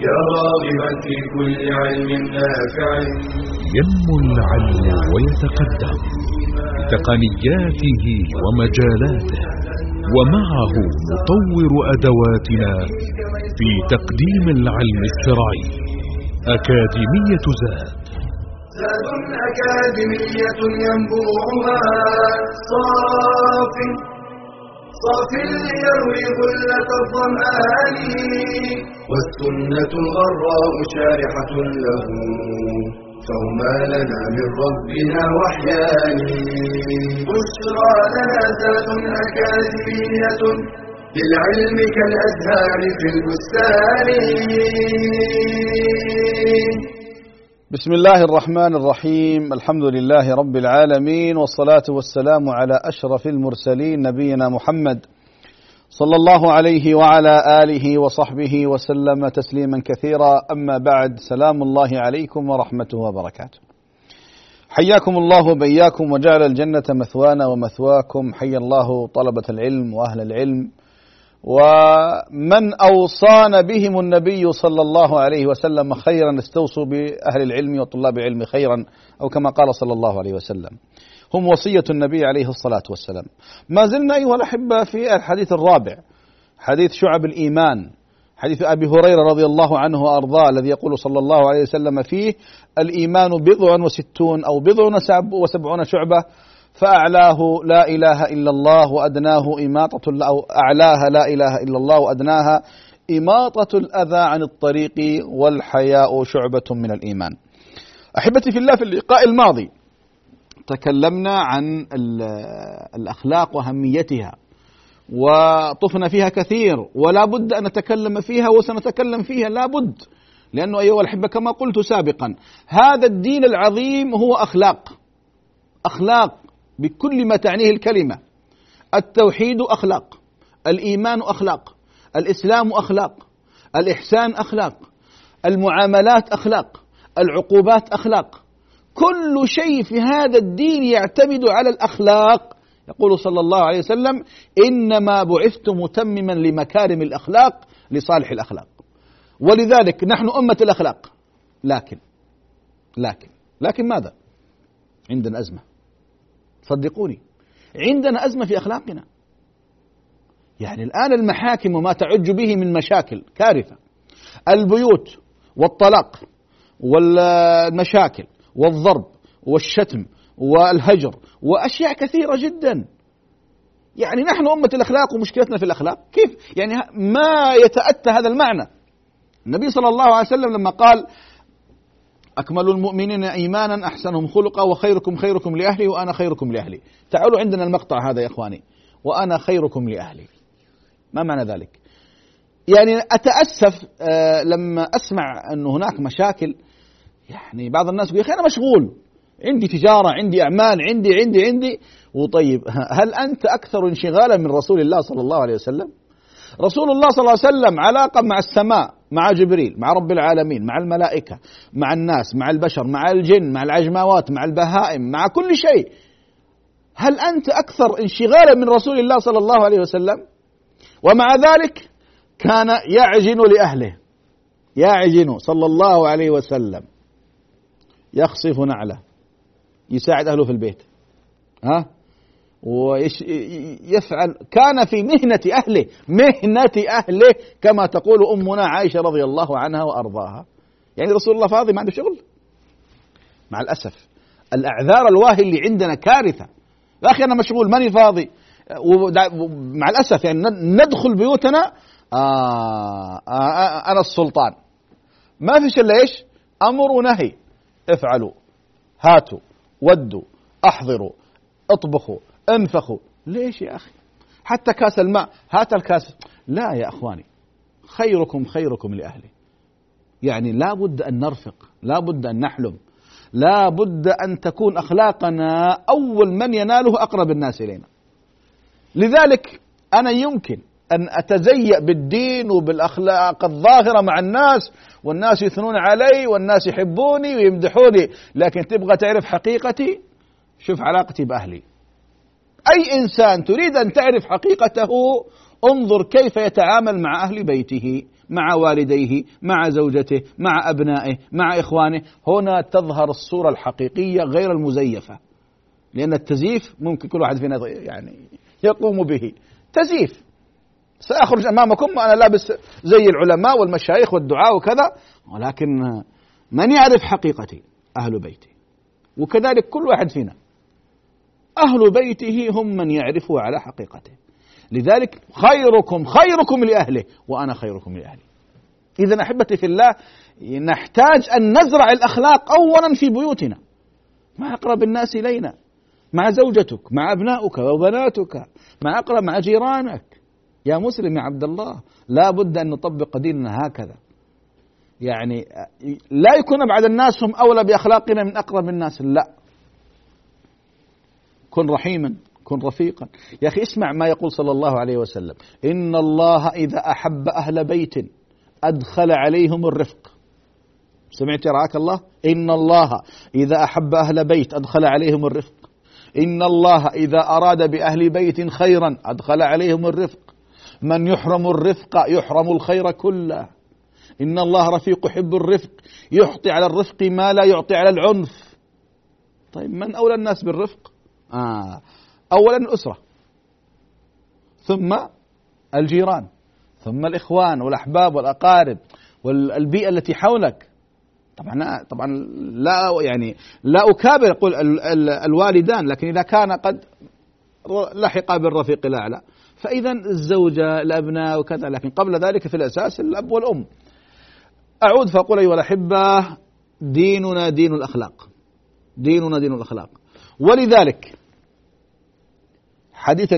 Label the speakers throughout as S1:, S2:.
S1: يا راغبا في كل علم نافع.
S2: ينمو العلم ويتقدم بتقنياته ومجالاته، ومعه نطور أدواتنا في تقديم العلم الشرعي. أكاديمية زاد
S1: أكاديمية ينبوعها صاف ليروي غلة الظمآن، والسنة الغراء شارحة له، فهما لنا من ربنا وحيان. بشرى لنا زاد أكاديمية للعلم كالأزهار في البستان.
S3: بسم الله الرحمن الرحيم. الحمد لله رب العالمين، والصلاة والسلام على أشرف المرسلين نبينا محمد صلى الله عليه وعلى آله وصحبه وسلم تسليما كثيرا. أما بعد، سلام الله عليكم ورحمته وبركاته. حياكم الله وبياكم وجعل الجنة مثوانا ومثواكم. حيا الله طلبة العلم وأهل العلم، ومن أوصانا بهم النبي صلى الله عليه وسلم خيرا استوصوا بأهل العلم وطلاب العلم خيرا، أو كما قال صلى الله عليه وسلم، هم وصية النبي عليه الصلاة والسلام. ما زلنا أيها الأحبة في الحديث الرابع، حديث شعب الإيمان، حديث أبي هريرة رضي الله عنه وأرضاه، الذي يقول صلى الله عليه وسلم فيه: الإيمان 60 أو 70 شعبة، فأعلاه لا إله إلا الله وأدناه أعلاها لا إله إلا الله وأدناها إماطة الأذى عن الطريق، والحياء شعبة من الإيمان. أحبتي في الله، في اللقاء الماضي تكلمنا عن الأخلاق وأهميتها، وطفنا فيها كثير، ولا بد أن نتكلم فيها وسنتكلم فيها لا بد، لأنه أيها الأحبة كما قلت سابقا، هذا الدين العظيم هو أخلاق بكل ما تعنيه الكلمة. التوحيد أخلاق، الإيمان أخلاق، الإسلام أخلاق، الإحسان أخلاق، المعاملات أخلاق، العقوبات أخلاق، كل شيء في هذا الدين يعتمد على الأخلاق. يقول صلى الله عليه وسلم: إنما بعثت متمما لمكارم الأخلاق لصالح الأخلاق. ولذلك نحن أمة الأخلاق، لكن ماذا؟ عندنا أزمة، صدقوني عندنا أزمة في أخلاقنا. يعني الآن المحاكم وما تعج به من مشاكل كارثة، البيوت والطلاق والمشاكل والضرب والشتم والهجر وأشياء كثيرة جدا. يعني نحن أمة الأخلاق ومشكلتنا في الأخلاق. كيف يعني ما يتأتى هذا المعنى؟ النبي صلى الله عليه وسلم لما قال: أكمل المؤمنين إيمانا أحسنهم خلقا وخيركم خيركم لأهلي وأنا خيركم لأهلي. تعالوا عندنا المقطع هذا يا إخواني: وأنا خيركم لأهلي. ما معنى ذلك؟ يعني أتأسف لما أسمع أن هناك مشاكل. يعني بعض الناس يقول: يا أخي أنا مشغول، عندي تجارة، عندي أعمال، عندي. وطيب، هل أنت أكثر انشغالا من رسول الله صلى الله عليه وسلم؟ رسول الله صلى الله عليه وسلم علاقة مع السماء، مع جبريل، مع رب العالمين، مع الملائكة، مع الناس، مع البشر، مع الجن، مع العجماوات، مع البهائم، مع كل شيء. هل أنت أكثر انشغالا من رسول الله صلى الله عليه وسلم؟ ومع ذلك كان يعجن لأهله، يعجن صلى الله عليه وسلم، يخصف نعله، يساعد أهله في البيت، ويفعل، كان في مهنة أهله كما تقول أمنا عائشة رضي الله عنها وأرضاها. يعني رسول الله فاضي ما عنده شغل؟ مع الأسف الأعذار الواهي اللي عندنا كارثة. يا أخي أنا مشغول ماني فاضي. مع الأسف يعني ندخل بيوتنا أنا السلطان، ما فيش إلا إيش؟ أمر ونهي، افعلوا، هاتوا، ودوا، أحضروا، اطبخوا، انفخوا. ليش يا أخي؟ حتى كاس الماء، هات الكاس. لا يا أخواني، خيركم لأهله. يعني لا بد أن نرفق، لا بد أن نحلم، لا بد أن تكون أخلاقنا أول من يناله أقرب الناس إلينا. لذلك أنا يمكن أن أتزيأ بالدين وبالأخلاق الظاهرة مع الناس، والناس يثنون علي والناس يحبوني ويمدحوني، لكن تبغى تعرف حقيقتي؟ شوف علاقتي بأهلي. أي إنسان تريد أن تعرف حقيقته انظر كيف يتعامل مع أهل بيته مع والديه، مع زوجته، مع أبنائه، مع إخوانه. هنا تظهر الصورة الحقيقية غير المزيفة، لأن التزييف ممكن كل واحد فينا يعني يقوم به. تزييف، سأخرج أمامكم وأنا لابس زي العلماء والمشايخ والدعاء وكذا، ولكن من يعرف حقيقتي؟ أهل بيتي. وكذلك كل واحد فينا أهل بيته هم من يعرفه على حقيقته. لذلك خيركم لأهله وأنا خيركم لأهلي. إذن أحبتي في الله، نحتاج أن نزرع الأخلاق أولا في بيوتنا، مع أقرب الناس إلينا، مع زوجتك، مع أبنائك وبناتك، مع جيرانك. يا مسلم يا عبد الله، لا بد أن نطبق ديننا هكذا. يعني لا يكون بعد الناس هم أولى بأخلاقنا من أقرب الناس، لا. كن رحيما، كن رفيقا. يا أخي اسمع ما يقول صلى الله عليه وسلم: إن الله إذا أحب أهل بيت أدخل عليهم الرفق. سمعت رعاك الله؟ إن الله إذا أحب أهل بيت أدخل عليهم الرفق. إن الله إذا أراد بأهل بيت خيرا أدخل عليهم الرفق. من يحرم الرفق يحرم الخير كله. إن الله رفيق يحب الرفق، يعطي على الرفق ما لا يعطي على العنف. طيب من أولى الناس بالرفق؟ أولا الأسرة، ثم الجيران، ثم الإخوان والأحباب والأقارب والبيئة التي حولك. طبعا لا أكابر أقول الوالدان، لكن إذا كان قد لحق بالرفيق الأعلى فإذا الزوجة، الأبناء وكذا، لكن قبل ذلك في الأساس الأب والأم. أعود فأقول أيها الأحبة: ديننا دين الأخلاق، ديننا دين الأخلاق. ولذلك حديث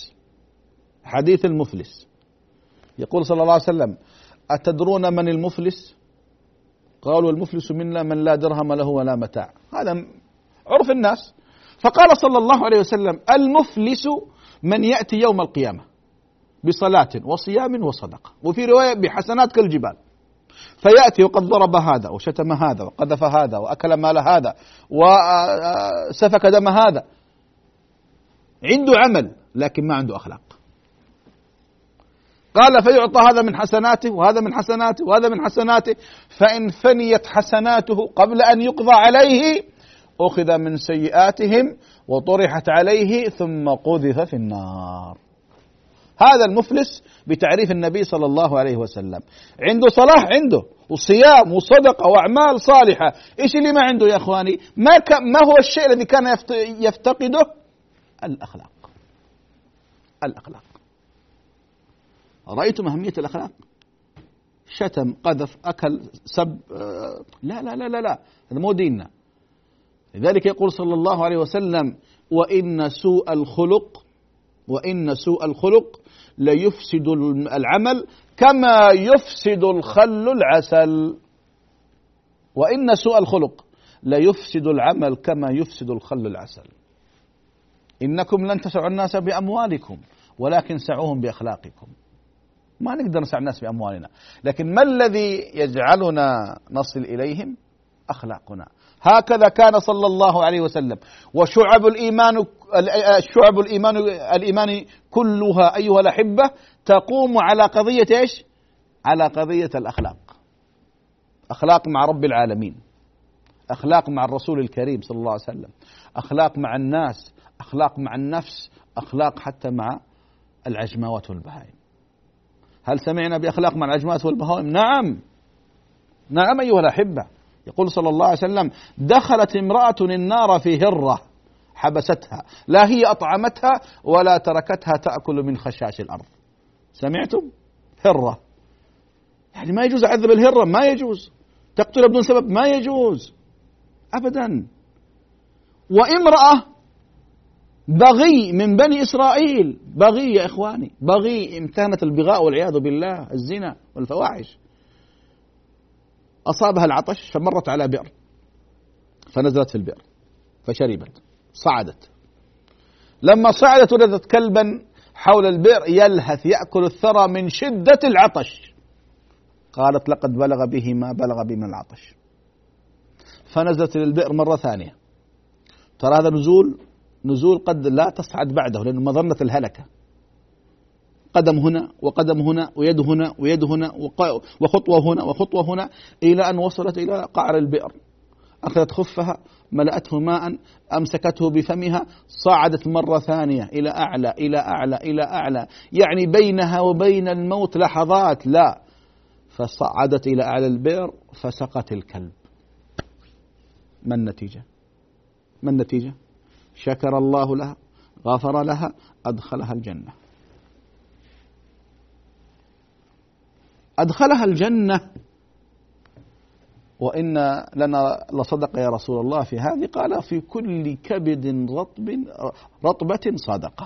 S3: المفلس يقول صلى الله عليه وسلم: أتدرون من المفلس؟ قالوا: المفلس منا من لا درهم له ولا متاع. هذا عرف الناس. فقال صلى الله عليه وسلم: المفلس من يأتي يوم القيامة بصلاة وصيام وصدقة، وفي رواية بحسنات كالجبال، فيأتي وقد ضرب هذا وشتم هذا وقذف هذا وأكل مال هذا وسفك دم هذا. عنده عمل لكن ما عنده أخلاق. قال: فيعطى هذا من حسناته وهذا من حسناته وهذا من حسناته، فإن فنيت حسناته قبل أن يقضى عليه أخذ من سيئاتهم وطرحت عليه ثم قذف في النار. هذا المفلس بتعريف النبي صلى الله عليه وسلم. عنده صلاح، عنده وصيام وصدقة وأعمال صالحة. إيش اللي ما عنده يا أخواني؟ ما هو الشيء الذي كان يفتقده؟ الأخلاق. رأيتم أهمية الأخلاق؟ شتم، قذف، أكل، سب، لا لا لا لا لا، هذا مو ديننا. لذلك يقول صلى الله عليه وسلم: وإن سوء الخلق ليفسد العمل كما يفسد الخل العسل. وإن سوء الخلق ليفسد العمل كما يفسد الخل العسل. إنكم لن تسعوا الناس بأموالكم ولكن سعوهم بأخلاقكم. ما نقدر نسع الناس بأموالنا، لكن ما الذي يجعلنا نصل إليهم؟ أخلاقنا. هكذا كان صلى الله عليه وسلم. وشعب الإيمان كلها أيها الأحبة تقوم على قضية إيش؟ على قضية الأخلاق. أخلاق مع رب العالمين، أخلاق مع الرسول الكريم صلى الله عليه وسلم، أخلاق مع الناس، أخلاق مع النفس، أخلاق حتى مع العجماوات والبهائم. هل سمعنا بأخلاق مع العجماوات والبهائم؟ نعم أيها الأحبة. يقول صلى الله عليه وسلم: دخلت امرأة النار في هرة حبستها، لا هي أطعمتها ولا تركتها تأكل من خشاش الأرض. سمعتم؟ هرة، يعني ما يجوز أعذب الهرة، ما يجوز تقتل بدون سبب، ما يجوز أبدا. وامرأة بغي من بني إسرائيل، بغي يا إخواني، بغي، امتهنت البغاء والعياذ بالله، الزنا والفواحش. أصابها العطش فمرت على بئر فنزلت في البئر فشربت، صعدت. لما صعدت وجدت كلبا حول البئر يلهث يأكل الثرى من شدة العطش. قالت: لقد بلغ به ما بلغ بي من العطش. فنزلت للبئر مرة ثانية. ترى هذا نزول قد لا تصعد بعده، لأنه مظنة الهلكة. قدم هنا وقدم هنا ويد هنا ويد هنا وخطوة هنا وخطوة هنا، إلى أن وصلت إلى قعر البئر. أخذت خفها ملأته ماء، أمسكته بفمها، صعدت مرة ثانية إلى أعلى إلى أعلى إلى أعلى، يعني بينها وبين الموت لحظات، لا، فصعدت إلى أعلى البئر فسقت الكلب. ما النتيجة؟ ما النتيجة؟ شكر الله لها، غفر لها، أدخلها الجنة. أدخلها الجنة. وإن لنا لصدق يا رسول الله في هذه؟ قال في كل كبد رطبة صدقة.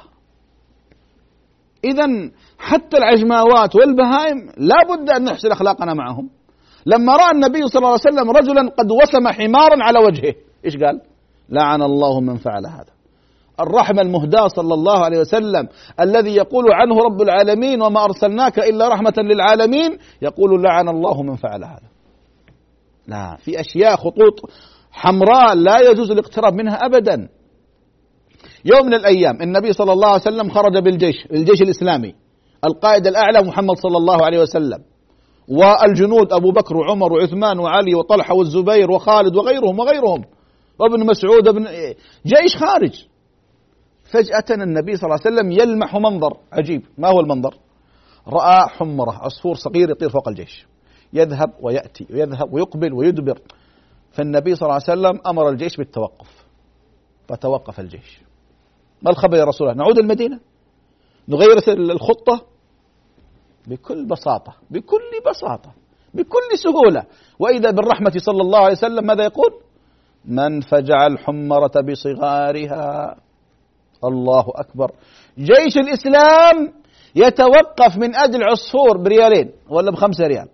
S3: إذن حتى العجماوات والبهائم لا بد أن نحسن أخلاقنا معهم. لما رأى النبي صلى الله عليه وسلم رجلا قد وسم حمارا على وجهه، إيش قال؟ لعن الله من فعل هذا. الرحمة المهداة صلى الله عليه وسلم الذي يقول عنه رب العالمين وما أرسلناك إلا رحمة للعالمين، يقول لعن الله من فعل هذا. لا، في أشياء خطوط حمراء لا يجوز الاقتراب منها أبدا. يوم من الأيام النبي صلى الله عليه وسلم خرج بالجيش الإسلامي، القائد الأعلى محمد صلى الله عليه وسلم، والجنود أبو بكر وعمر وعثمان وعلي وطلحة والزبير وخالد وغيرهم وابن مسعود جيش خارج. فجأة النبي صلى الله عليه وسلم يلمح منظر عجيب. ما هو المنظر؟ رأى حمرة، عصفور صغير يطير فوق الجيش، يذهب ويأتي ويذهب ويقبل ويدبر. فالنبي صلى الله عليه وسلم أمر الجيش بالتوقف، فتوقف الجيش. ما الخبر يا رسول الله؟ نعود المدينة؟ نغير الخطة؟ بكل بساطة، بكل بساطة، بكل سهولة. وإذا بالرحمة صلى الله عليه وسلم ماذا يقول؟ من فجع الحمرة بصغارها. الله أكبر. جيش الإسلام يتوقف من أجل عصفور بريالين ولا ب5 ريال،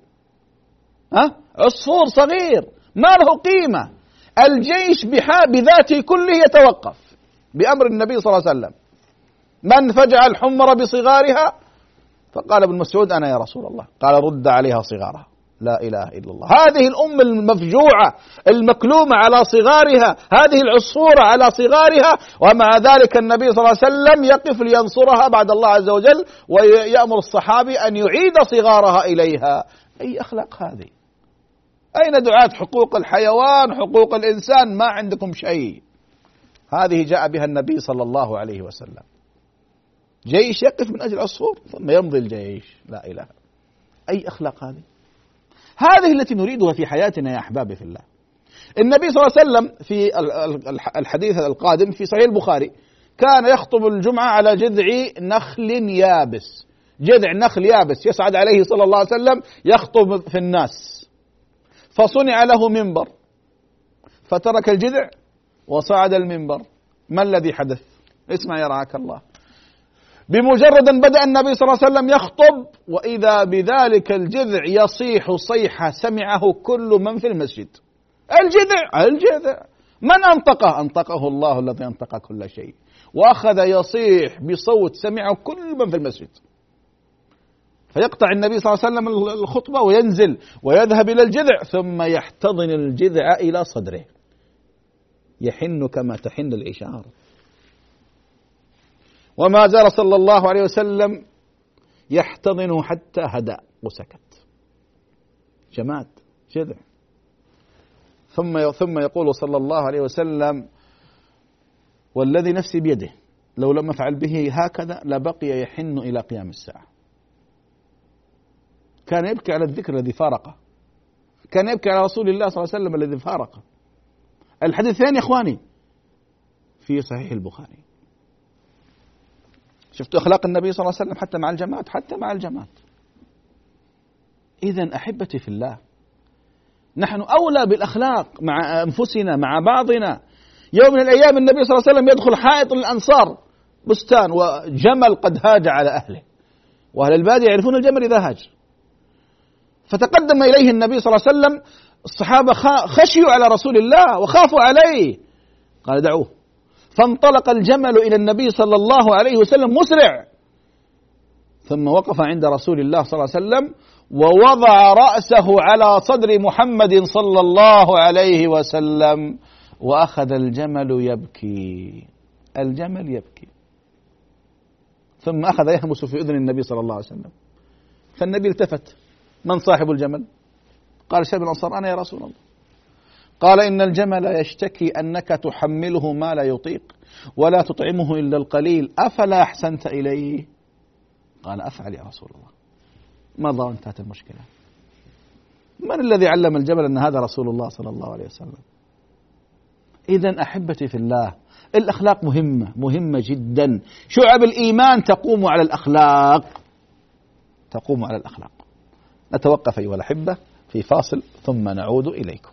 S3: عصفور صغير ما له قيمة. الجيش بذاته كله يتوقف بأمر النبي صلى الله عليه وسلم. من فجع الحمر بصغارها؟ فقال ابن مسعود أنا يا رسول الله. قال رد عليها صغارها. لا إله إلا الله. هذه الأمة المفجوعة المكلومة على صغارها، هذه العصفورة على صغارها، ومع ذلك النبي صلى الله عليه وسلم يقف لينصرها بعد الله عز وجل، ويأمر الصحابي أن يعيد صغارها إليها. أي أخلاق هذه؟ أين دعاة حقوق الحيوان، حقوق الإنسان؟ ما عندكم شيء. هذه جاء بها النبي صلى الله عليه وسلم. جيش يقف من أجل عصفور ثم يمضي الجيش. لا إله. أي أخلاق هذه؟ هذه التي نريدها في حياتنا يا أحبابي في الله. النبي صلى الله عليه وسلم في الحديث القادم في صحيح البخاري كان يخطب الجمعة على جذع نخل يابس، جذع نخل يابس يصعد عليه صلى الله عليه وسلم يخطب في الناس. فصنع له منبر، فترك الجذع وصعد المنبر. ما الذي حدث؟ اسمع يرعاك الله. بمجرد أن بدأ النبي صلى الله عليه وسلم يخطب، وإذا بذلك الجذع يصيح صيحة سمعه كل من في المسجد. الجذع من أنطقه؟ أنطقه الله الذي أنطق كل شيء، وأخذ يصيح بصوت سمعه كل من في المسجد. فيقطع النبي صلى الله عليه وسلم الخطبة وينزل ويذهب إلى الجذع، ثم يحتضن الجذع إلى صدره، يحن كما تحن العشار. وما زال صلى الله عليه وسلم يحتضنه حتى هدأ وسكت. جماد جذع. ثم يقول صلى الله عليه وسلم والذي نفسي بيده لو لم أفعل به هكذا لبقي يحن إلى قيام الساعة. كان يبكي على الذكر الذي فارقه، كان يبكي على رسول الله صلى الله عليه وسلم الذي فارقه. الحديث الثاني يا إخواني في صحيح البخاري. شفتوا أخلاق النبي صلى الله عليه وسلم حتى مع الجماعات، حتى مع الجماعات. إذن أحبتي في الله، نحن أولى بالأخلاق مع أنفسنا مع بعضنا. يوم من الأيام النبي صلى الله عليه وسلم يدخل حائط الأنصار، بستان، وجمل قد هاج على أهله، وأهل البادية يعرفون الجمل إذا هاج. فتقدم إليه النبي صلى الله عليه وسلم، الصحابة خشيوا على رسول الله وخافوا عليه، قال دعوه. فانطلق الجمل إلى النبي صلى الله عليه وسلم مسرع، ثم وقف عند رسول الله صلى الله عليه وسلم ووضع رأسه على صدر محمد صلى الله عليه وسلم، وأخذ الجمل يبكي. الجمل يبكي. ثم أخذ يهمس في أذن النبي صلى الله عليه وسلم. فالنبي التفت: من صاحب الجمل؟ قال: شاب الأنصار: أنا يا رسول الله. قال: إن الجمل يشتكي أنك تحمله ما لا يطيق ولا تطعمه إلا القليل، أفلا أحسنت إليه؟ قال: أفعل يا رسول الله. مضى وانتهت المشكلة. من الذي علم الجبل أن هذا رسول الله صلى الله عليه وسلم؟ إذن أحبتي في الله، الأخلاق مهمة جدا. شعب الإيمان تقوم على الأخلاق، تقوم على الأخلاق. نتوقف أيها الأحبة في فاصل ثم نعود إليكم.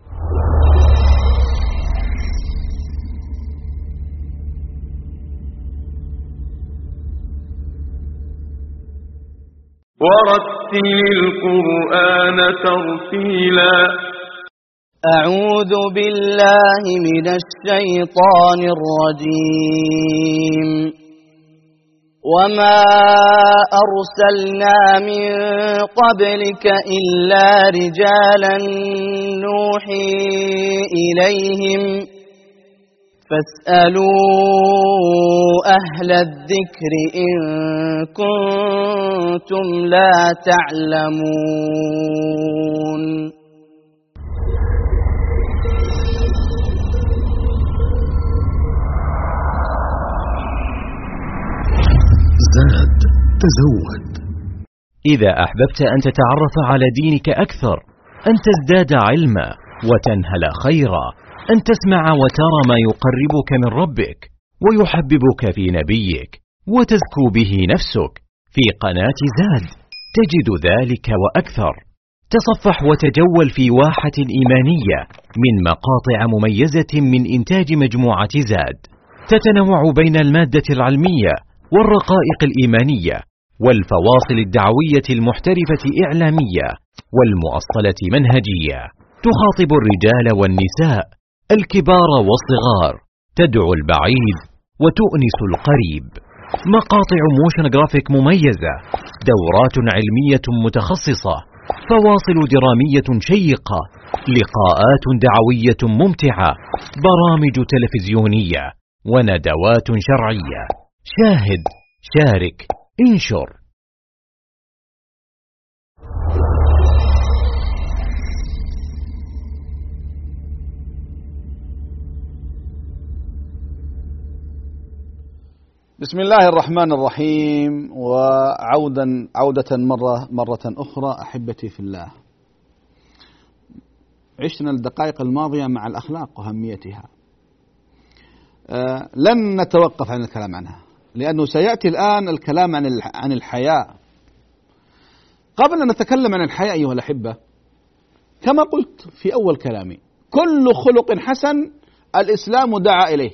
S4: ورتل القرآن ترتيلا.
S5: أعوذ بالله من الشيطان الرجيم. وما أرسلنا من قبلك إلا رجالا نوحي إليهم فاسألوا أهل الذكر إن كنتم لا تعلمون.
S2: زاد تزود.
S6: إذا أحببت أن تتعرف على دينك أكثر، أن تزداد علما وتنهل خيرا، أن تسمع وترى ما يقربك من ربك ويحببك في نبيك وتزكو به نفسك، في قناة زاد تجد ذلك وأكثر. تصفح وتجول في واحة إيمانية من مقاطع مميزة من إنتاج مجموعة زاد، تتنوع بين المادة العلمية والرقائق الإيمانية والفواصل الدعوية المحترفة إعلامية والمؤصلة منهجية، تخاطب الرجال والنساء، الكبار والصغار، تدعو البعيد وتؤنس القريب. مقاطع موشن جرافيك مميزة، دورات علمية متخصصة، فواصل درامية شيقة، لقاءات دعوية ممتعة، برامج تلفزيونية وندوات شرعية. شاهد، شارك، انشر.
S3: بسم الله الرحمن الرحيم. عودة مرة أخرى أحبتي في الله. عشنا الدقائق الماضية مع الأخلاق وأهميتها، لن نتوقف عن الكلام عنها لأنه سيأتي الآن الكلام عن الحياء. قبل أن نتكلم عن الحياء أيها الأحبة، كما قلت في أول كلامي، كل خلق حسن الإسلام دعا إليه،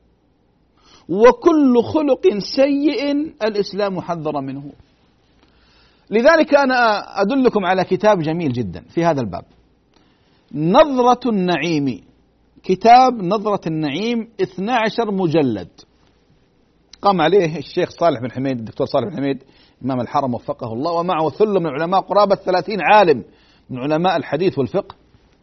S3: وكل خلق سيء الإسلام حذر منه. لذلك أنا أدلكم على كتاب جميل جدا في هذا الباب، نظرة النعيم. كتاب نظرة النعيم 12 مجلد، قام عليه الشيخ صالح بن حميد، الدكتور صالح بن حميد إمام الحرم وفقه الله، ومعه ثلة من العلماء قرابة 30 عالم من علماء الحديث والفقه.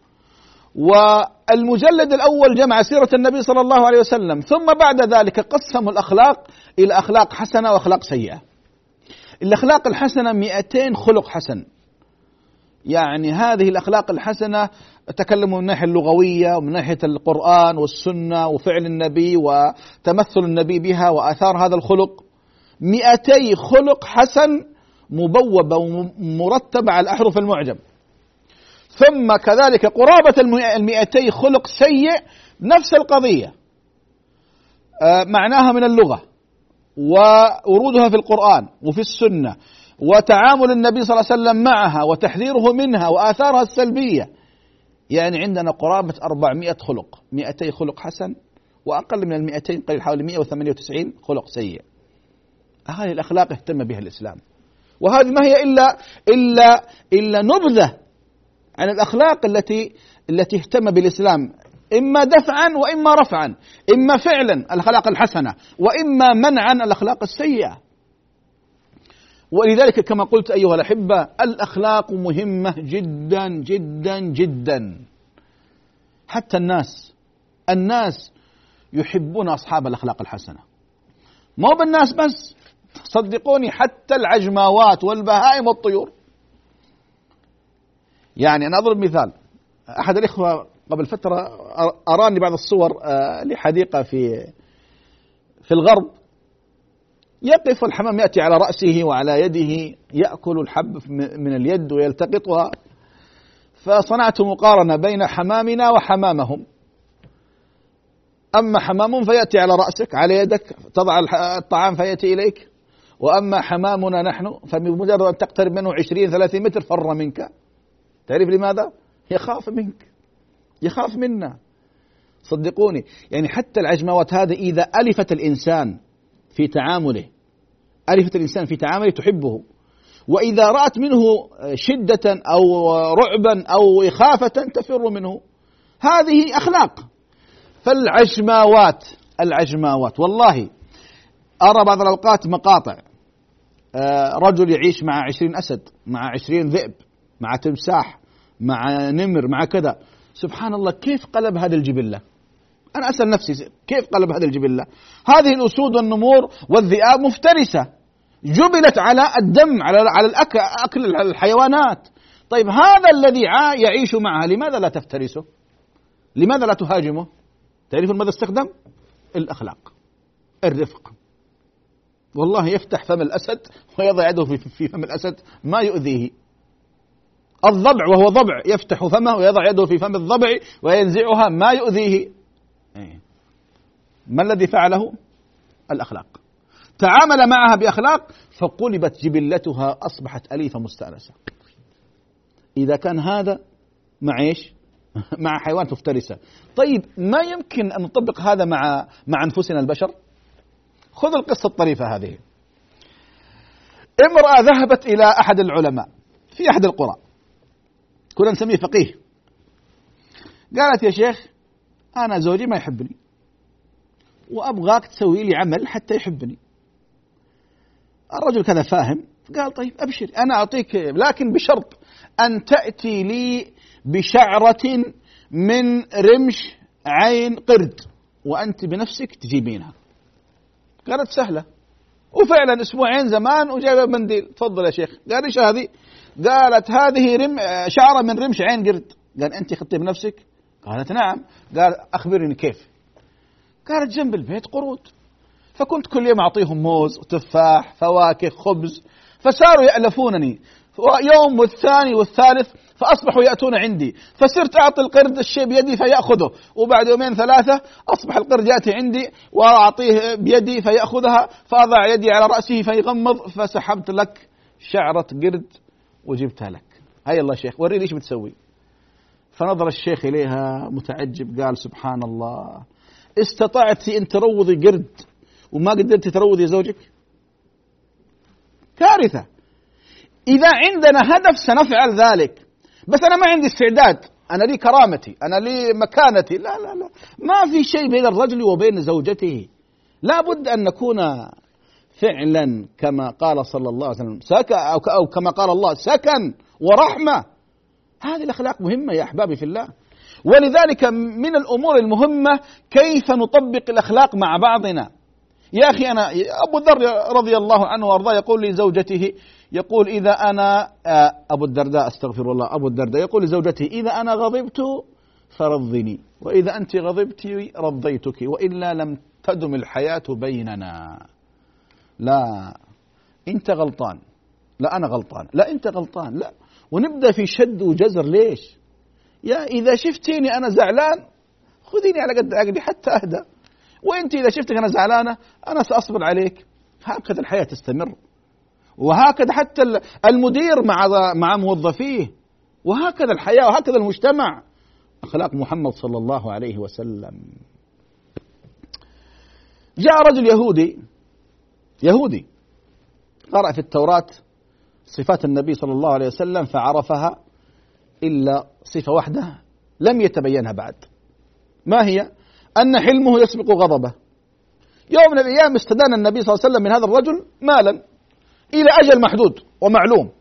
S3: والمجلد الأول جمع سيرة النبي صلى الله عليه وسلم، ثم بعد ذلك قسم الأخلاق إلى أخلاق حسنة وأخلاق سيئة. الأخلاق الحسنة 200 خلق حسن، يعني هذه الأخلاق الحسنة تكلموا من الناحية اللغوية ومن ناحية القرآن والسنة وفعل النبي وتمثل النبي بها وآثار هذا الخلق. 200 خلق حسن مبوبة ومرتبة على الأحرف المعجم. ثم كذلك قرابة 200 خلق سيء، نفس القضية، معناها من اللغة وورودها في القرآن وفي السنة وتعامل النبي صلى الله عليه وسلم معها وتحذيره منها وآثارها السلبية. يعني عندنا قرابة 400 خلق، 200 خلق حسن، وأقل من 200 قليل حوالي 198 خلق سيء. هذه الأخلاق اهتم بها الإسلام، وهذه ما هي إلا نبذة عن الأخلاق التي اهتم بالإسلام، إما دفعا وإما رفعا، إما فعلا الأخلاق الحسنة وإما منعا الأخلاق السيئة. ولذلك كما قلت أيها الأحبة، الأخلاق مهمة جدا جدا جدا. حتى الناس يحبون أصحاب الأخلاق الحسنة، ما هو بالناس بس، صدقوني حتى العجماوات والبهائم والطيور. يعني أنا أضرب مثال، أحد الإخوة قبل فترة أراني بعض الصور لحديقة في الغرب، يقف الحمام يأتي على رأسه وعلى يده يأكل الحب من اليد ويلتقطها. فصنعت مقارنة بين حمامنا وحمامهم. أما حمام فيأتي على رأسك على يدك تضع الطعام فيأتي إليك، وأما حمامنا نحن فبمجرد أن تقترب منه 20-30 متر فر منك. تعرف لماذا؟ يخاف منك، يخاف منا. صدقوني يعني حتى العجماوات هذا إذا ألفت الإنسان في تعامله، ألفت الإنسان في تعامله تحبه، وإذا رأت منه شدة أو رعبا أو إخافة تفر منه. هذه أخلاق. فالعجماوات والله أرى بعض الأوقات مقاطع رجل يعيش مع 20 أسد، مع 20 ذئب، مع تمساح، مع نمر، مع كذا. سبحان الله، كيف قلب هذه الجبلة؟ أنا أسأل نفسي كيف قلب هذه الجبلة؟ هذه الأسود والنمور والذئاب مفترسة، جبلت على الدم، على أكل الحيوانات. طيب هذا الذي يعيش معها لماذا لا تفترسه؟ لماذا لا تهاجمه؟ تعرفون ماذا استخدم؟ الأخلاق، الرفق. والله يفتح فم الأسد ويضع يده في فم الأسد ما يؤذيه. الضبع وهو ضبع يفتح فمه ويضع يده في فم الضبع وينزعها ما يؤذيه. ما الذي فعله؟ الأخلاق. تعامل معها بأخلاق فقلبت جبلتها، أصبحت أليفة مستأنسة. إذا كان هذا مع إيش؟ مع حيوانات مفترسة. طيب ما يمكن أن نطبق هذا مع أنفسنا البشر؟ خذ القصة الطريفة هذه. امرأة ذهبت إلى أحد العلماء في أحد القرى، كنا نسميه فقيه. قالت يا شيخ أنا زوجي ما يحبني وأبغاك تسوي لي عمل حتى يحبني. الرجل كذا فاهم، قال طيب أبشر أنا أعطيك، لكن بشرط أن تأتي لي بشعرة من رمش عين قرد وأنت بنفسك تجيبينها. قالت سهلة، وفعلا أسبوعين زمان وجايبة منديل. تفضل يا شيخ. قال إيش هذه؟ قالت هذه شعرة من رمش عين قرد. قال أنت خدتي بنفسك؟ قالت نعم. قال أخبرني كيف؟ قالت جنب البيت قرود، فكنت كل يوم أعطيهم موز وتفاح فواكه خبز، فصاروا يألفونني يوم والثاني والثالث، فأصبحوا يأتون عندي، فصرت أعطي القرد الشيء بيدي فيأخذه، وبعد 2-3 أصبح القرد يأتي عندي وأعطيه بيدي فيأخذها، فأضع يدي على رأسه فيغمض، فسحبت لك شعرة قرد وجبتها لك. هيا الله شيخ وريني إيش بتسوي. فنظر الشيخ إليها متعجب، قال سبحان الله، استطعت أن تروضي قرد وما قدرت تروضي زوجك؟ كارثة. إذا عندنا هدف سنفعل ذلك، بس أنا ما عندي استعداد، أنا لي كرامتي، أنا لي مكانتي. لا لا لا، ما في شيء بين الرجل وبين زوجته. لا بد أن نكون فعلا كما قال صلى الله عليه وسلم أو كما قال الله سكن ورحمة. هذه الأخلاق مهمة يا أحبابي في الله. ولذلك من الأمور المهمة كيف نطبق الأخلاق مع بعضنا. يا أخي أنا أبو الذر رضي الله عنه وأرضاه يقول لزوجته، يقول إذا أنا أبو الدرداء أستغفر الله، أبو الدرداء يقول لزوجته إذا أنا غضبت فرضني، وإذا أنت غضبت رضيتك، وإلا لم تدم الحياة بيننا. لا أنت غلطان، لا أنا غلطان، لا أنت غلطان، لا. ونبدأ في شد وجزر. ليش؟ يا إذا شفتيني أنا زعلان خذيني على قد عقلي حتى أهدى، وأنت إذا شفتك أنا زعلانة أنا سأصبر عليك. هكذا الحياة تستمر، وهكذا حتى المدير مع موظفيه، وهكذا الحياة، وهكذا المجتمع. أخلاق محمد صلى الله عليه وسلم. جاء رجل يهودي قرأ في التوراة صفات النبي صلى الله عليه وسلم فعرفها إلا صفة واحدة لم يتبينها بعد. ما هي؟ أن حلمه يسبق غضبه. يوم من الأيام استدان النبي صلى الله عليه وسلم من هذا الرجل مالا إلى أجل محدود ومعلوم.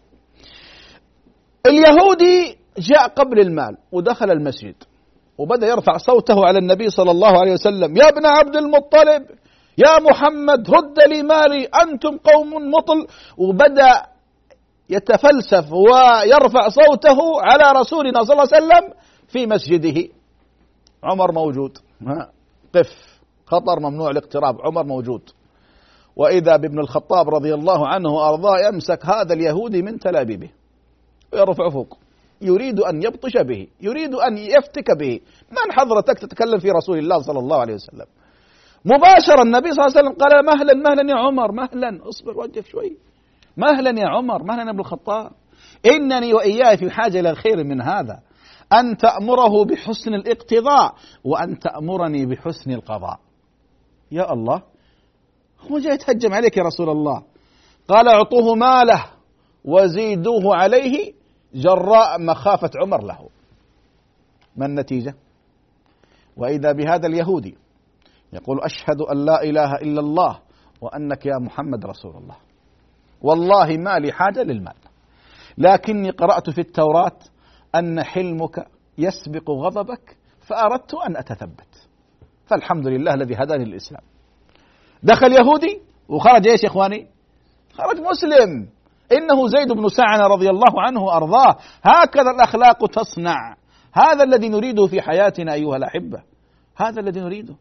S3: اليهودي جاء قبل المال ودخل المسجد وبدأ يرفع صوته على النبي صلى الله عليه وسلم: يا ابن عبد المطلب، يا محمد رد لي مالي، أنتم قوم مطل، وبدأ يتفلسف ويرفع صوته على رسولنا صلى الله عليه وسلم في مسجده. عمر موجود، قف، خطر، ممنوع الاقتراب، عمر موجود. وإذا بابن الخطاب رضي الله عنه وأرضاه يمسك هذا اليهودي من تلابيبه ويرفع فوق، يريد أن يبطش به، يريد أن يفتك به. من حضرتك تتكلم في رسول الله صلى الله عليه وسلم؟ مباشرة النبي صلى الله عليه وسلم قال مهلا مهلا يا عمر، مهلا، اصبر وقف شوي، مهلا يا عمر، مهلا يا ابن الخطاب، إنني وإياه في حاجة إلى خير من هذا، أن تأمره بحسن الاقتضاء وأن تأمرني بحسن القضاء. يا الله، هو جاي يتهجم عليك يا رسول الله. قال اعطوه ماله وزيدوه عليه جراء مخافة عمر له. ما النتيجة؟ وإذا بهذا اليهودي يقول أشهد أن لا إله إلا الله وأنك يا محمد رسول الله، والله ما لي حاجة للمال، لكني قرأت في التوراة أن حلمك يسبق غضبك فأردت أن أتثبت، فالحمد لله الذي هداني للإسلام. دخل يهودي وخرج ايش يا اخواني؟ خرج مسلم. إنه زيد بن سعنة رضي الله عنه وأرضاه. هكذا الأخلاق تصنع. هذا الذي نريده في حياتنا أيها الأحبة، هذا الذي نريده.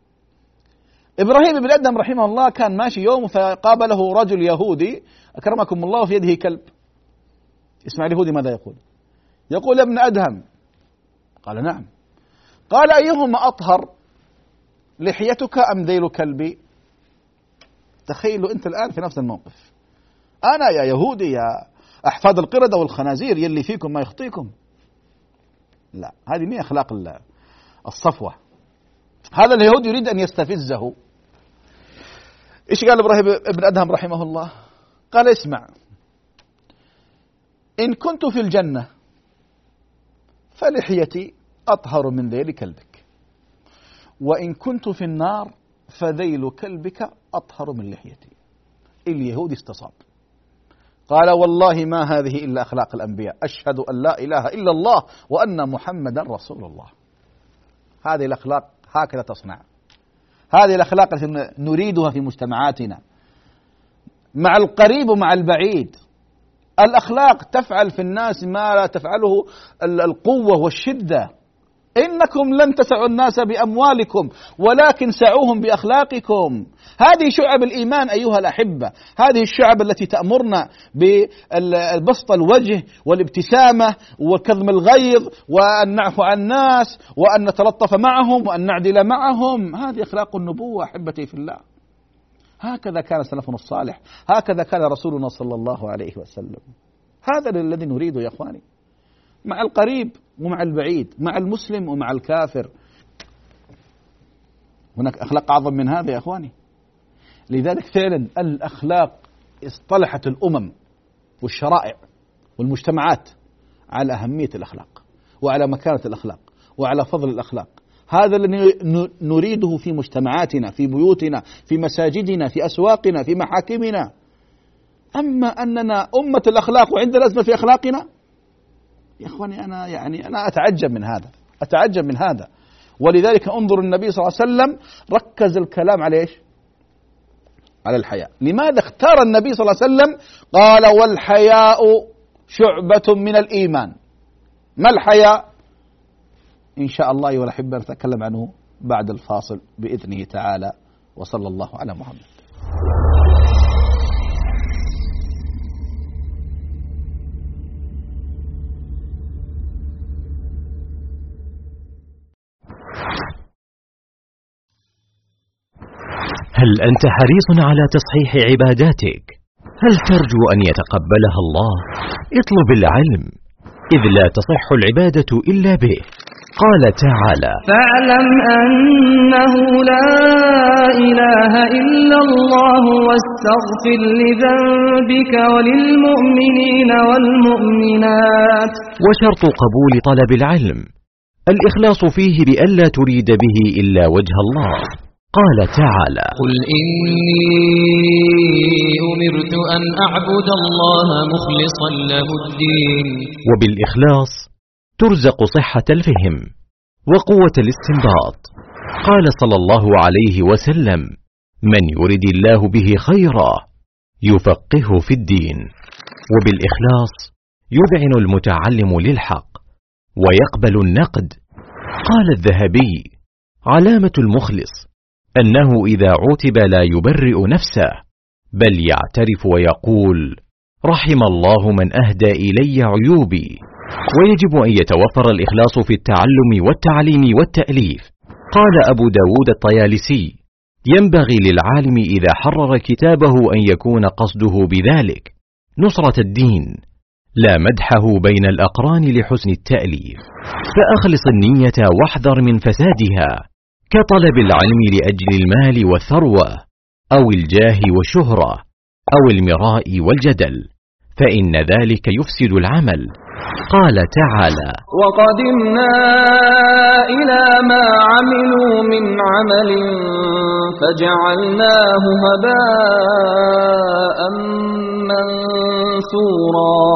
S3: إبراهيم بن أدهم رحمه الله كان ماشي يوم فقابله رجل يهودي أكرمكم الله في يده كلب. اسمع اليهودي ماذا يقول؟ يقول يا ابن أدهم. قال نعم. قال أيهما أطهر، لحيتك أم ذيل كلبي؟ تخيلوا أنت الآن في نفس الموقف. أنا يا يهودي يا أحفاد القردة والخنازير يلي فيكم ما يخطيكم. لا، هذه مين أخلاق الصفوة. هذا اليهودي يريد أن يستفزه. إيش قال إبراهيم بن أدهم رحمه الله؟ قال اسمع، إن كنت في الجنة فلحيتي أطهر من ذيل كلبك، وإن كنت في النار فذيل كلبك أطهر من لحيتي. اليهودي استصاب، قال والله ما هذه إلا أخلاق الأنبياء، أشهد أن لا إله إلا الله وأن محمدا رسول الله. هذه الأخلاق هكذا تصنع. هذه الأخلاق التي نريدها في مجتمعاتنا مع القريب ومع البعيد. الأخلاق تفعل في الناس ما لا تفعله القوة والشدة. إنكم لن تسعوا الناس بأموالكم ولكن سعوهم بأخلاقكم. هذه شعب الإيمان أيها الأحبة، هذه الشعب التي تأمرنا ببسط الوجه والابتسامة وكظم الغيظ وأن نعفو عن الناس وأن نتلطف معهم وأن نعدل معهم. هذه أخلاق النبوة أحبتي في الله. هكذا كان سلفنا الصالح، هكذا كان رسولنا صلى الله عليه وسلم. هذا الذي نريده يا أخواني، مع القريب ومع البعيد، مع المسلم ومع الكافر. هناك أخلاق أعظم من هذا يا أخواني. لذلك فعلا الأخلاق اصطلحت الأمم والشرائع والمجتمعات على أهمية الأخلاق وعلى مكانة الأخلاق وعلى فضل الأخلاق. هذا الذي نريده في مجتمعاتنا، في بيوتنا، في مساجدنا، في أسواقنا، في محاكمنا. أما أننا أمة الأخلاق وعندنا أزمة في أخلاقنا يا إخواني، أنا أتعجب من هذا، أتعجب من هذا. ولذلك انظر النبي صلى الله عليه وسلم ركز الكلام على إيش؟ على الحياء. لماذا اختار النبي صلى الله عليه وسلم؟ قال والحياء شعبة من الإيمان. ما الحياء؟ إن شاء الله أيها الأحبة نتكلم عنه بعد الفاصل بإذنه تعالى. وصلى الله على محمد.
S6: هل أنت حريص على تصحيح عباداتك؟ هل ترجو أن يتقبلها الله؟ اطلب العلم، إذ لا تصح العبادة إلا به. قال تعالى:
S7: فاعلم أنه لا إله إلا الله واستغفر لذنبك وللمؤمنين والمؤمنات.
S6: وشرط قبول طلب العلم الإخلاص فيه بألا تريد به إلا وجه الله. قال تعالى:
S8: قل إني أمرت أن أعبد الله مخلصا له الدين.
S6: وبالإخلاص ترزق صحة الفهم وقوة الاستنباط. قال صلى الله عليه وسلم: من يرد الله به خيرا يفقهه في الدين. وبالإخلاص يذعن المتعلم للحق ويقبل النقد. قال الذهبي: علامة المخلص أنه إذا عوتب لا يبرئ نفسه، بل يعترف ويقول: رحم الله من أهدى إلي عيوبي. ويجب أن يتوفر الإخلاص في التعلم والتعليم والتأليف. قال أبو داود الطيالسي: ينبغي للعالم إذا حرر كتابه أن يكون قصده بذلك نصرة الدين، لا مدحه بين الأقران لحسن التأليف. فأخلص النية واحذر من فسادها، كطلب العلم لأجل المال والثروة، أو الجاه والشهرة، أو المراء والجدل، فإن ذلك يفسد العمل. قال تعالى:
S7: وقدمنا إلى ما عملوا من عمل فجعلناه هباء منثورا.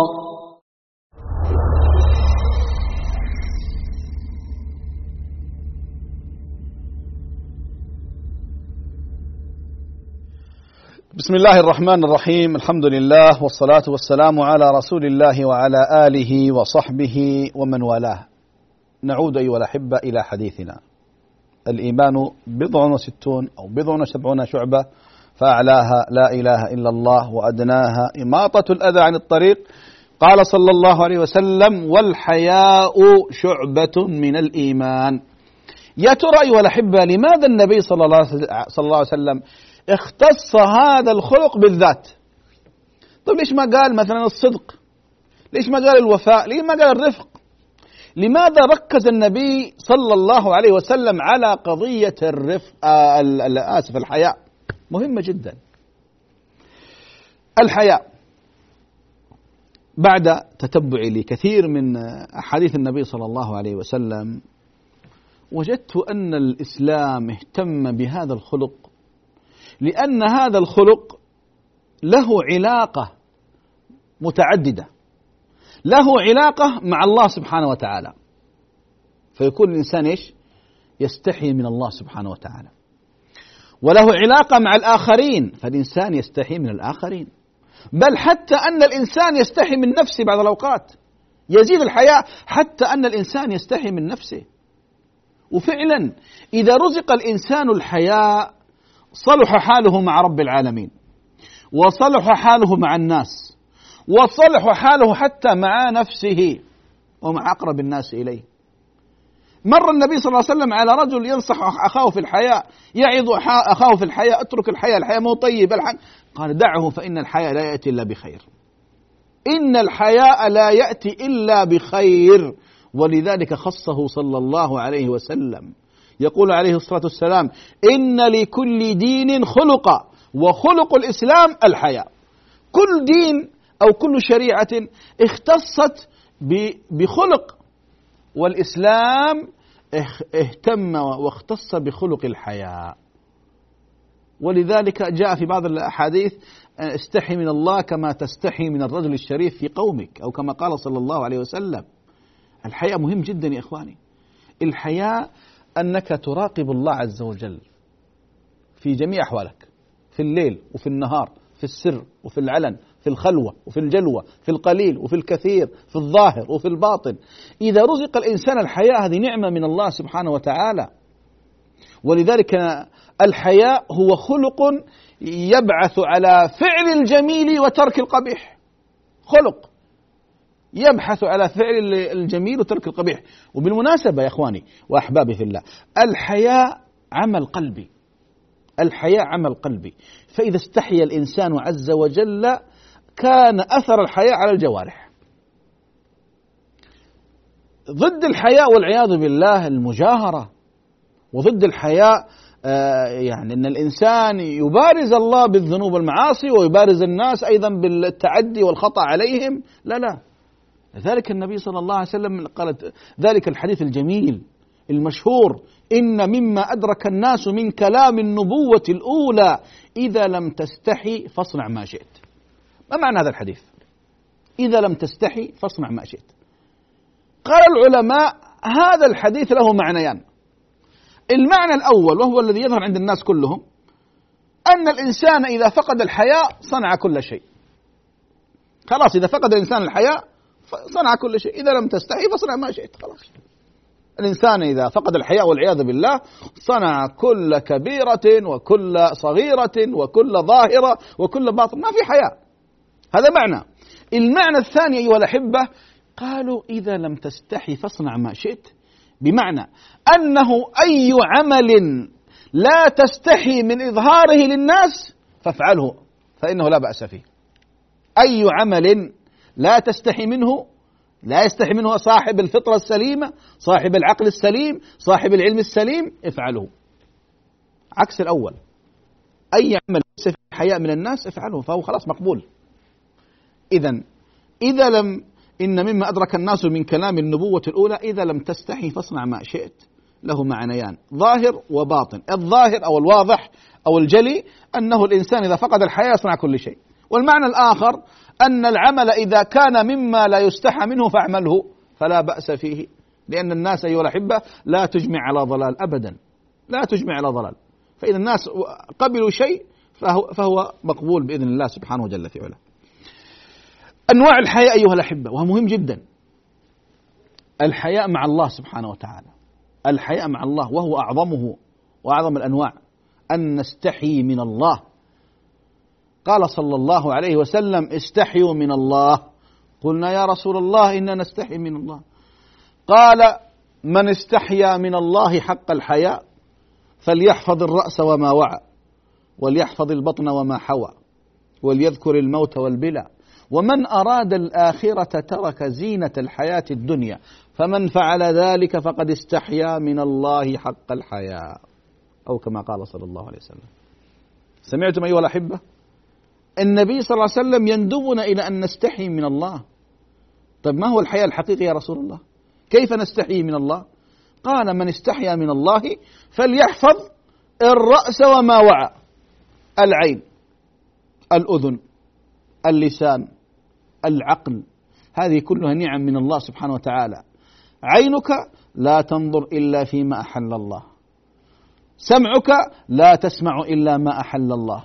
S3: بسم الله الرحمن الرحيم. الحمد لله والصلاة والسلام على رسول الله وعلى آله وصحبه ومن والاه. نعود أيها الأحبة إلى حديثنا. الإيمان 67 أو 70 شعبة، فأعلاها لا إله إلا الله، وأدناها إماطة الأذى عن الطريق. قال صلى الله عليه وسلم: والحياء شعبة من الإيمان. يا ترى أيها الأحبة لماذا النبي صلى الله عليه وسلم اختص هذا الخلق بالذات؟ طيب ليش ما قال مثلا الصدق؟ ليش ما قال الوفاء؟ ليش ما قال الرفق؟ لماذا ركز النبي صلى الله عليه وسلم على قضية الرفق؟ الحياء مهمة جدا. الحياء بعد تتبعي لكثير من أحاديث النبي صلى الله عليه وسلم وجدت أن الإسلام اهتم بهذا الخلق، لأن هذا الخلق له علاقة متعددة، له علاقة مع الله سبحانه وتعالى، فيكون الإنسان إيش؟ يستحي من الله سبحانه وتعالى. وله علاقة مع الآخرين، فالإنسان يستحي من الآخرين، بل حتى أن الإنسان يستحي من نفسه بعض الأوقات. يزيد الحياء حتى أن الإنسان يستحي من نفسه. وفعلا إذا رزق الإنسان الحياء صلح حاله مع رب العالمين، وصلح حاله مع الناس، وصلح حاله حتى مع نفسه ومع أقرب الناس إليه. مر النبي صلى الله عليه وسلم على رجل ينصح أخاه في الحياء، يعظ أخاه في الحياء: اترك الحياء، الحياء مو طيب. قال: دعه فإن الحياء لا يأتي إلا بخير. إن الحياء لا يأتي إلا بخير. ولذلك خصه صلى الله عليه وسلم. يقول عليه الصلاة والسلام: إن لكل دين خلقا، وخلق الإسلام الحياء. كل دين أو كل شريعة اختصت بخلق، والإسلام اهتم واختص بخلق الحياء. ولذلك جاء في بعض الأحاديث: استحي من الله كما تستحي من الرجل الشريف في قومك، أو كما قال صلى الله عليه وسلم. الحياء مهم جدا يا إخواني. الحياء أنك تراقب الله عز وجل في جميع أحوالك، في الليل وفي النهار، في السر وفي العلن، في الخلوة وفي الجلوة، في القليل وفي الكثير، في الظاهر وفي الباطن. إذا رزق الإنسان الحياء هذه نعمة من الله سبحانه وتعالى. ولذلك الحياء هو خلق يبعث على فعل الجميل وترك القبيح. خلق يبحث على فعل الجميل وترك القبيح. وبالمناسبة يا إخواني وأحبابي في الله، الحياء عمل قلبي. الحياء عمل قلبي. فإذا استحي الإنسان عز وجل كان أثر الحياء على الجوارح. ضد الحياء والعياذ بالله المجاهرة، وضد الحياء يعني أن الإنسان يبارز الله بالذنوب والمعاصي، ويبارز الناس أيضا بالتعدي والخطأ عليهم. لا. لذلك النبي صلى الله عليه وسلم قال ذلك الحديث الجميل المشهور: إن مما أدرك الناس من كلام النبوة الأولى إذا لم تستحي فاصنع ما شئت. ما معنى هذا الحديث؟ إذا لم تستحي فاصنع ما شئت. قال العلماء هذا الحديث له معنيان. المعنى الأول وهو الذي يظهر عند الناس كلهم: أن الإنسان إذا فقد الحياء صنع كل شيء. خلاص، إذا فقد الإنسان الحياء صنع كل شيء. إذا لم تستحي فاصنع ما شئت. خلاص، الإنسان إذا فقد الحياء والعياذ بالله صنع كل كبيرة وكل صغيرة وكل ظاهرة وكل باطن، ما في حياء. هذا معنى. المعنى الثاني أيها الأحبة، قالوا إذا لم تستحي فاصنع ما شئت، بمعنى أنه أي عمل لا تستحي من إظهاره للناس فافعله، فإنه لا بأس فيه. أي عمل لا تستحي منه، لا يستحي منه صاحب الفطرة السليمة، صاحب العقل السليم، صاحب العلم السليم، افعله. عكس الأول، أي عمل ليس فيه حياء من الناس افعله، فهو خلاص مقبول. إذا لم، إن مما أدرك الناس من كلام النبوة الأولى إذا لم تستحي فاصنع ما شئت، له معنيان، ظاهر وباطن. الظاهر أو الواضح أو الجلي أنه الإنسان إذا فقد الحياء يصنع كل شيء، والمعنى الآخر أن العمل إذا كان مما لا يستحى منه فاعمله فلا بأس فيه، لأن الناس أيها الأحبة لا تجمع على ضلال أبدا، لا تجمع على ضلال. فإذا الناس قبلوا شيء فهو مقبول بإذن الله سبحانه جل في علاه. أنواع الحياء أيها الأحبة، وهو مهم جدا. الحياء مع الله سبحانه وتعالى، الحياء مع الله وهو أعظمه وأعظم الأنواع، أن نستحي من الله. قال صلى الله عليه وسلم استحيوا من الله. قلنا يا رسول الله إننا نستحي من الله. قال من استحيا من الله حق الحياء فليحفظ الرأس وما وعى، وليحفظ البطن وما حوى، وليذكر الموت والبلى، ومن أراد الآخرة ترك زينة الحياة الدنيا، فمن فعل ذلك فقد استحيا من الله حق الحياء، أو كما قال صلى الله عليه وسلم. سمعتم أيها الأحبة؟ النبي صلى الله عليه وسلم يندبنا إلى أن نستحي من الله. طيب ما هو الحياء الحقيقي يا رسول الله؟ كيف نستحي من الله؟ قال من استحيا من الله فليحفظ الرأس وما وعى، العين، الأذن، اللسان، العقل، هذه كلها نعم من الله سبحانه وتعالى. عينك لا تنظر إلا فيما أحل الله، سمعك لا تسمع إلا ما أحل الله،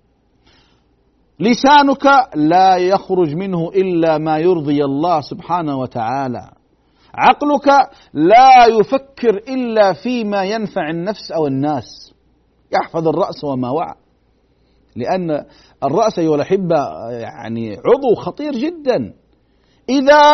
S3: لسانك لا يخرج منه إلا ما يرضي الله سبحانه وتعالى، عقلك لا يفكر إلا فيما ينفع النفس أو الناس. يحفظ الرأس وما وعى، لأن الرأس أيها الأحبة يعني عضو خطير جدا. إذا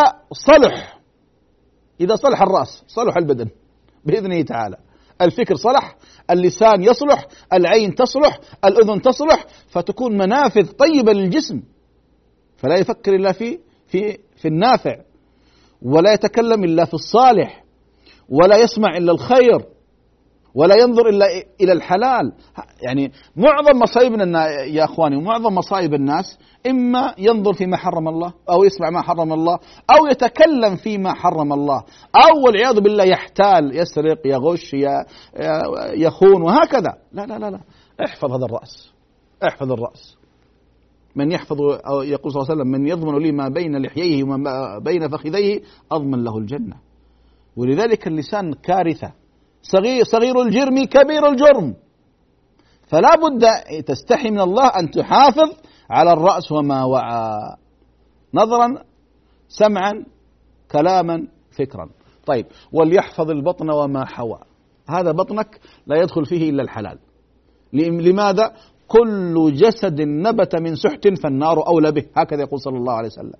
S3: صلح الرأس صلح البدن بإذنه تعالى. الفكر صلح، اللسان يصلح، العين تصلح، الأذن تصلح، فتكون منافذ طيبة للجسم، فلا يفكر إلا في النافع، ولا يتكلم إلا في الصالح، ولا يسمع إلا الخير، ولا ينظر إلا إلى الحلال. يعني معظم مصائبنا يا أخواني، ومعظم مصائب الناس إما ينظر فيما حرم الله، أو يسمع ما حرم الله، أو يتكلم فيما حرم الله، أو والعياذ بالله يحتال، يسرق، يغش، يخون، وهكذا. لا لا لا لا، احفظ هذا الرأس، احفظ الرأس. من يحفظ، أو يقول صلى الله عليه وسلم من يضمن لي ما بين لحييه وما بين فخذيه أضمن له الجنة. ولذلك اللسان كارثة، صغير الجرم كبير الجرم، فلا بد تستحي من الله أن تحافظ على الرأس وما وعى، نظرا، سمعا، كلاما، فكرا. طيب، وليحفظ البطن وما حوى، هذا بطنك لا يدخل فيه إلا الحلال. لماذا؟ كل جسد نبت من سحت فالنار أولى به، هكذا يقول صلى الله عليه وسلم.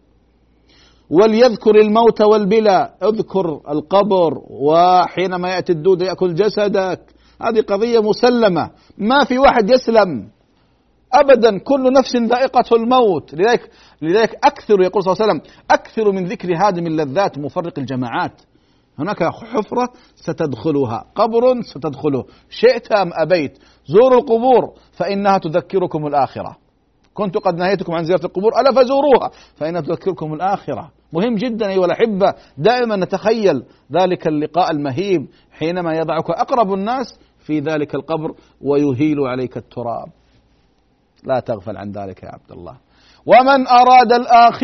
S3: وليذكر الموت والبلى، اذكر القبر، وحينما يأتي الدود يأكل جسدك، هذه قضية مسلمة، ما في واحد يسلم أبدا، كل نفس ذائقة الموت. لذلك أكثر، يقول صلى الله عليه وسلم أكثر من ذكر هادم اللذات مفرق الجماعات. هناك حفرة ستدخلها، قبر ستدخله، شئت أم أبيت، زوروا القبور فإنها تذكركم الآخرة. كنت قد نهيتكم عن زيارة القبور ألا فزوروها فإنها تذكركم الآخرة. مهم جدا أيها الأحبة دائما نتخيل ذلك اللقاء المهيب حينما يضعك أقرب الناس في ذلك القبر ويهيل عليك التراب. لا تغفل عن ذلك يا عبد الله. ومن أراد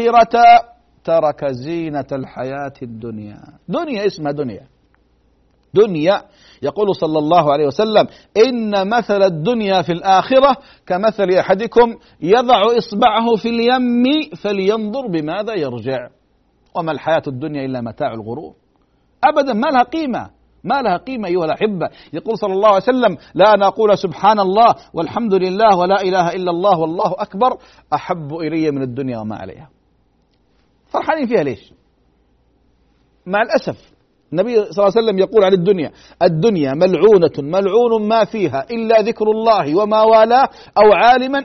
S3: الآخرة ترك زينة الحياة الدنيا. دنيا اسمها دنيا، دنيا. يقول صلى الله عليه وسلم: إن مثل الدنيا في الآخرة كمثل أحدكم يضع إصبعه في اليم فلينظر بماذا يرجع. وما الحياة الدنيا إلا متاع الغرور. أبدا ما لها قيمة، ما لها قيمة أيها الأحبة. يقول صلى الله عليه وسلم: لا أن أقول سبحان الله والحمد لله ولا إله إلا الله والله أكبر أحب إلي من الدنيا وما عليها. فرحانين فيها ليش؟ مع الأسف النبي صلى الله عليه وسلم يقول عن الدنيا ملعونة ملعون ما فيها إلا ذكر الله وما والاه أو عالما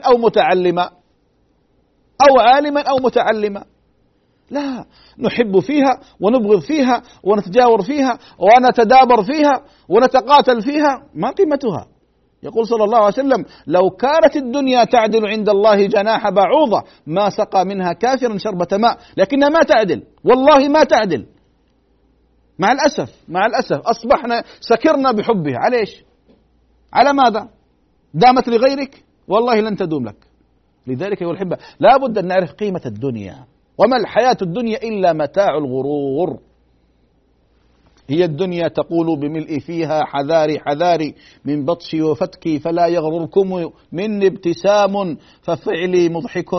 S3: أو متعلما. لا، نحب فيها ونبغض فيها ونتجاور فيها ونتدابر فيها ونتقاتل فيها، ما قيمتها؟ يقول صلى الله عليه وسلم: لو كانت الدنيا تعدل عند الله جناح بعوضة ما سقى منها كافر شربة ماء، لكنها ما تعدل، والله ما تعدل. مع الأسف أصبحنا سكرنا بحبها. عليش؟ على ماذا؟ دامت لغيرك والله لن تدوم لك. لذلك أيها الأحبة لا بد أن نعرف قيمة الدنيا. وما الحياة الدنيا إلا متاع الغرور. هي الدنيا تقول بملء فيها حذاري حذاري من بطشي وفتكي فلا يغرركم مني ابتسام ففعلي مضحك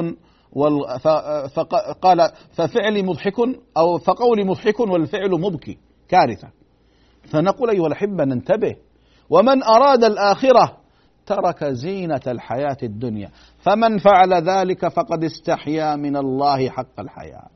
S3: قال ففعلي مضحك أو فقولي مضحك والفعل مبكي. كارثة. فنقول أيها الأحبة ننتبه. ومن أراد الآخرة ترك زينة الحياة الدنيا، فمن فعل ذلك فقد استحيا من الله حق الحياء.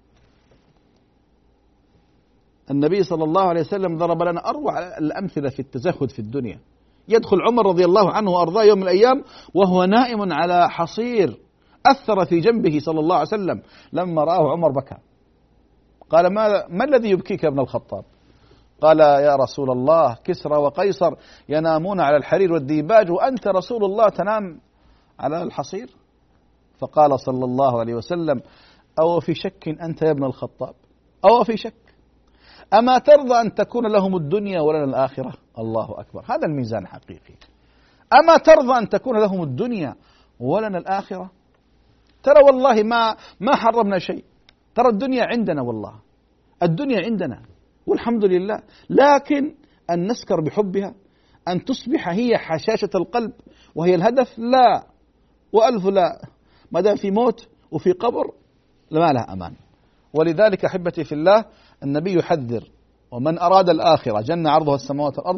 S3: النبي صلى الله عليه وسلم ضرب لنا أروع الأمثلة في التزهد في الدنيا. يدخل عمر رضي الله عنه وأرضاه يوم من الأيام وهو نائم على حصير أثر في جنبه صلى الله عليه وسلم. لما رآه عمر بكى، قال: ما الذي يبكيك يا ابن الخطاب؟ قال: يا رسول الله كسرى وقيصر ينامون على الحرير والديباج وأنت رسول الله تنام على الحصير. فقال صلى الله عليه وسلم: أو في شك أنت يا ابن الخطاب؟ أو في شك؟ أما ترضى أن تكون لهم الدنيا ولنا الآخرة؟ الله أكبر، هذا الميزان حقيقي. أما ترضى أن تكون لهم الدنيا ولنا الآخرة؟ ترى والله ما حرمنا شيء، ترى الدنيا عندنا، والله الدنيا عندنا والحمد لله، لكن أن نسكر بحبها، أن تصبح هي حشاشة القلب وهي الهدف، لا وألف لا. ما دام في موت وفي قبر ما لها أمان. ولذلك أحبتي في الله النبي يحذر: ومن أراد الآخرة جنة عرضها السماوات والأرض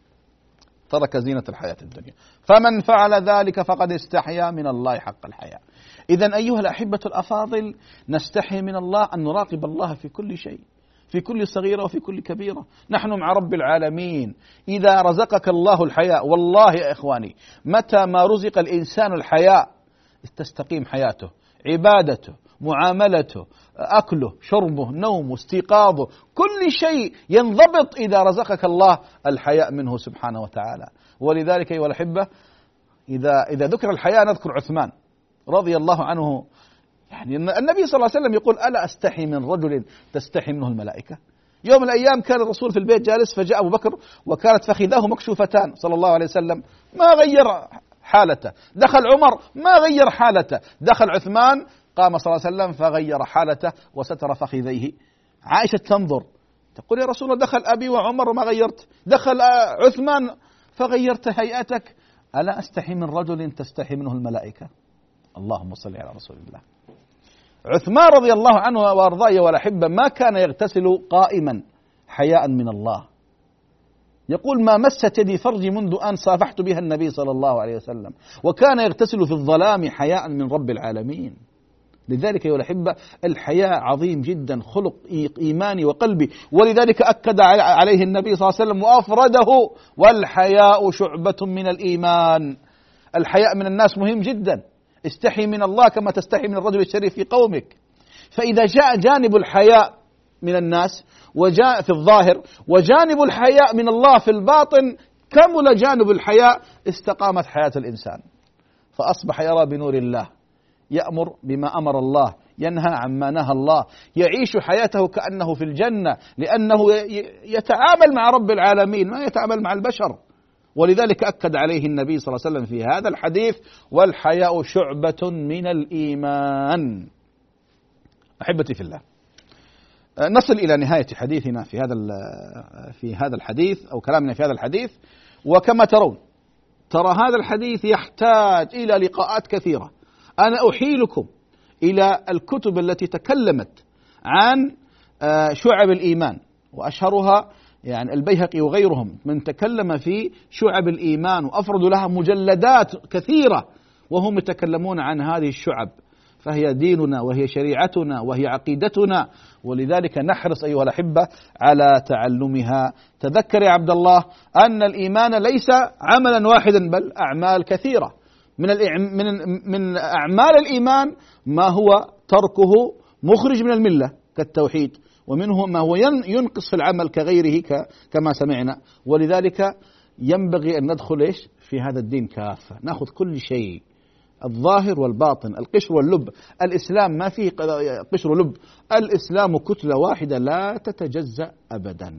S3: ترك زينة الحياة الدنيا فمن فعل ذلك فقد استحيا من الله حق الحياء. إذن أيها الأحبة الأفاضل نستحي من الله أن نراقب الله في كل شيء، في كل صغيرة وفي كل كبيرة. نحن مع رب العالمين. إذا رزقك الله الحياء، والله يا إخواني متى ما رزق الإنسان الحياء تستقيم حياته، عبادته، معاملته، أكله، شربه، نومه، استيقاظه، كل شيء ينضبط إذا رزقك الله الحياء منه سبحانه وتعالى. ولذلك أيها الأحبة إذا ذكر الحياء نذكر عثمان رضي الله عنه. يعني النبي صلى الله عليه وسلم يقول: ألا أستحي من رجل تستحي منه الملائكة؟ يوم من الأيام كان الرسول في البيت جالس، فجاء أبو بكر وكانت فخذاه مكشوفتان صلى الله عليه وسلم، ما غير حالته. دخل عمر ما غير حالته. دخل عثمان قام صلى الله عليه وسلم فغير حالته وستر فخذيه. عائشة تنظر تقول: يا رسول الله دخل أبي وعمر وما غيرت، دخل عثمان فغيرت هيئتك، ألا أستحي من رجل تستحي منه الملائكة؟ اللهم صل على رسول الله. عثمان رضي الله عنه وأرضاه والأحبة ما كان يغتسل قائما حياء من الله. يقول: ما مست يدي فرجي منذ أن صافحت بها النبي صلى الله عليه وسلم، وكان يغتسل في الظلام حياء من رب العالمين. لذلك أيها الأحبة الحياء عظيم جدا، خلق إيماني وقلبي، ولذلك أكد عليه النبي صلى الله عليه وسلم وأفرده: والحياء شعبة من الإيمان. الحياء من الناس مهم جدا. استحي من الله كما تستحي من الرجل الشريف في قومك. فإذا جاء جانب الحياء من الناس وجاء في الظاهر وجانب الحياء من الله في الباطن، كمل جانب الحياء، استقامت حياة الإنسان، فأصبح يرى بنور الله، يأمر بما أمر الله، ينهى عما نهى الله، يعيش حياته كأنه في الجنة، لأنه يتعامل مع رب العالمين ما يتعامل مع البشر. ولذلك أكد عليه النبي صلى الله عليه وسلم في هذا الحديث: والحياء شعبة من الإيمان. أحبتي في الله، نصل إلى نهاية حديثنا في هذا الحديث أو كلامنا في هذا الحديث. وكما ترى هذا الحديث يحتاج إلى لقاءات كثيرة. أنا أحيلكم إلى الكتب التي تكلمت عن شعب الإيمان، وأشهرها يعني البيهقي وغيرهم من تكلم في شعب الإيمان وأفردوا لها مجلدات كثيرة وهم يتكلمون عن هذه الشعب، فهي ديننا وهي شريعتنا وهي عقيدتنا، ولذلك نحرص أيها الأحبة على تعلمها. تذكر يا عبد الله أن الإيمان ليس عملا واحدا بل أعمال كثيرة. من أعمال الإيمان ما هو تركه مخرج من الملة كالتوحيد، ومنه ما هو ينقص في العمل كغيره كما سمعنا. ولذلك ينبغي أن ندخل في هذا الدين كافة، نأخذ كل شيء، الظاهر والباطن، القشر واللب. الإسلام ما فيه قشر ولب، الإسلام كتلة واحدة لا تتجزأ أبدا.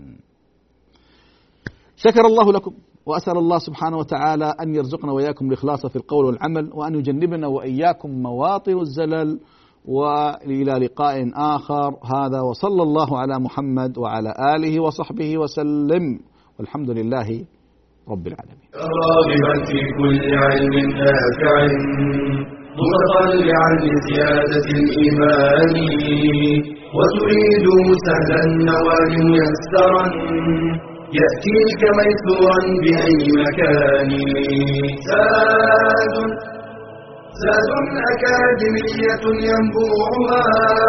S3: شكر الله لكم، وأسأل الله سبحانه وتعالى أن يرزقنا وإياكم الإخلاص في القول والعمل، وأن يجنبنا وإياكم مواطن الزلل. وإلى لقاء آخر. هذا وصلى الله على محمد وعلى آله وصحبه وسلم، والحمد لله رب العالمين.
S1: راغبا في كل علم نافع متطلعا لزيادة الإيمان، وتريد سهلا النوال ميسرا يأتيك ميسورا بأي مكان. زاد أكاديمية ينبوعها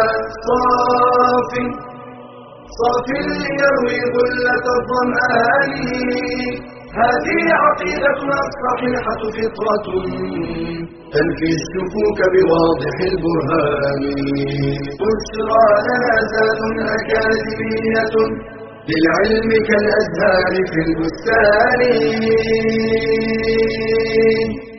S1: صاف ليروي غلة الظمآن. هذه عقيدتنا الصحيحة فطرة تنفي الشكوك بواضح البرهان. بشرى لنا زاد أكاديمية للعلم كالأزهار في البستان.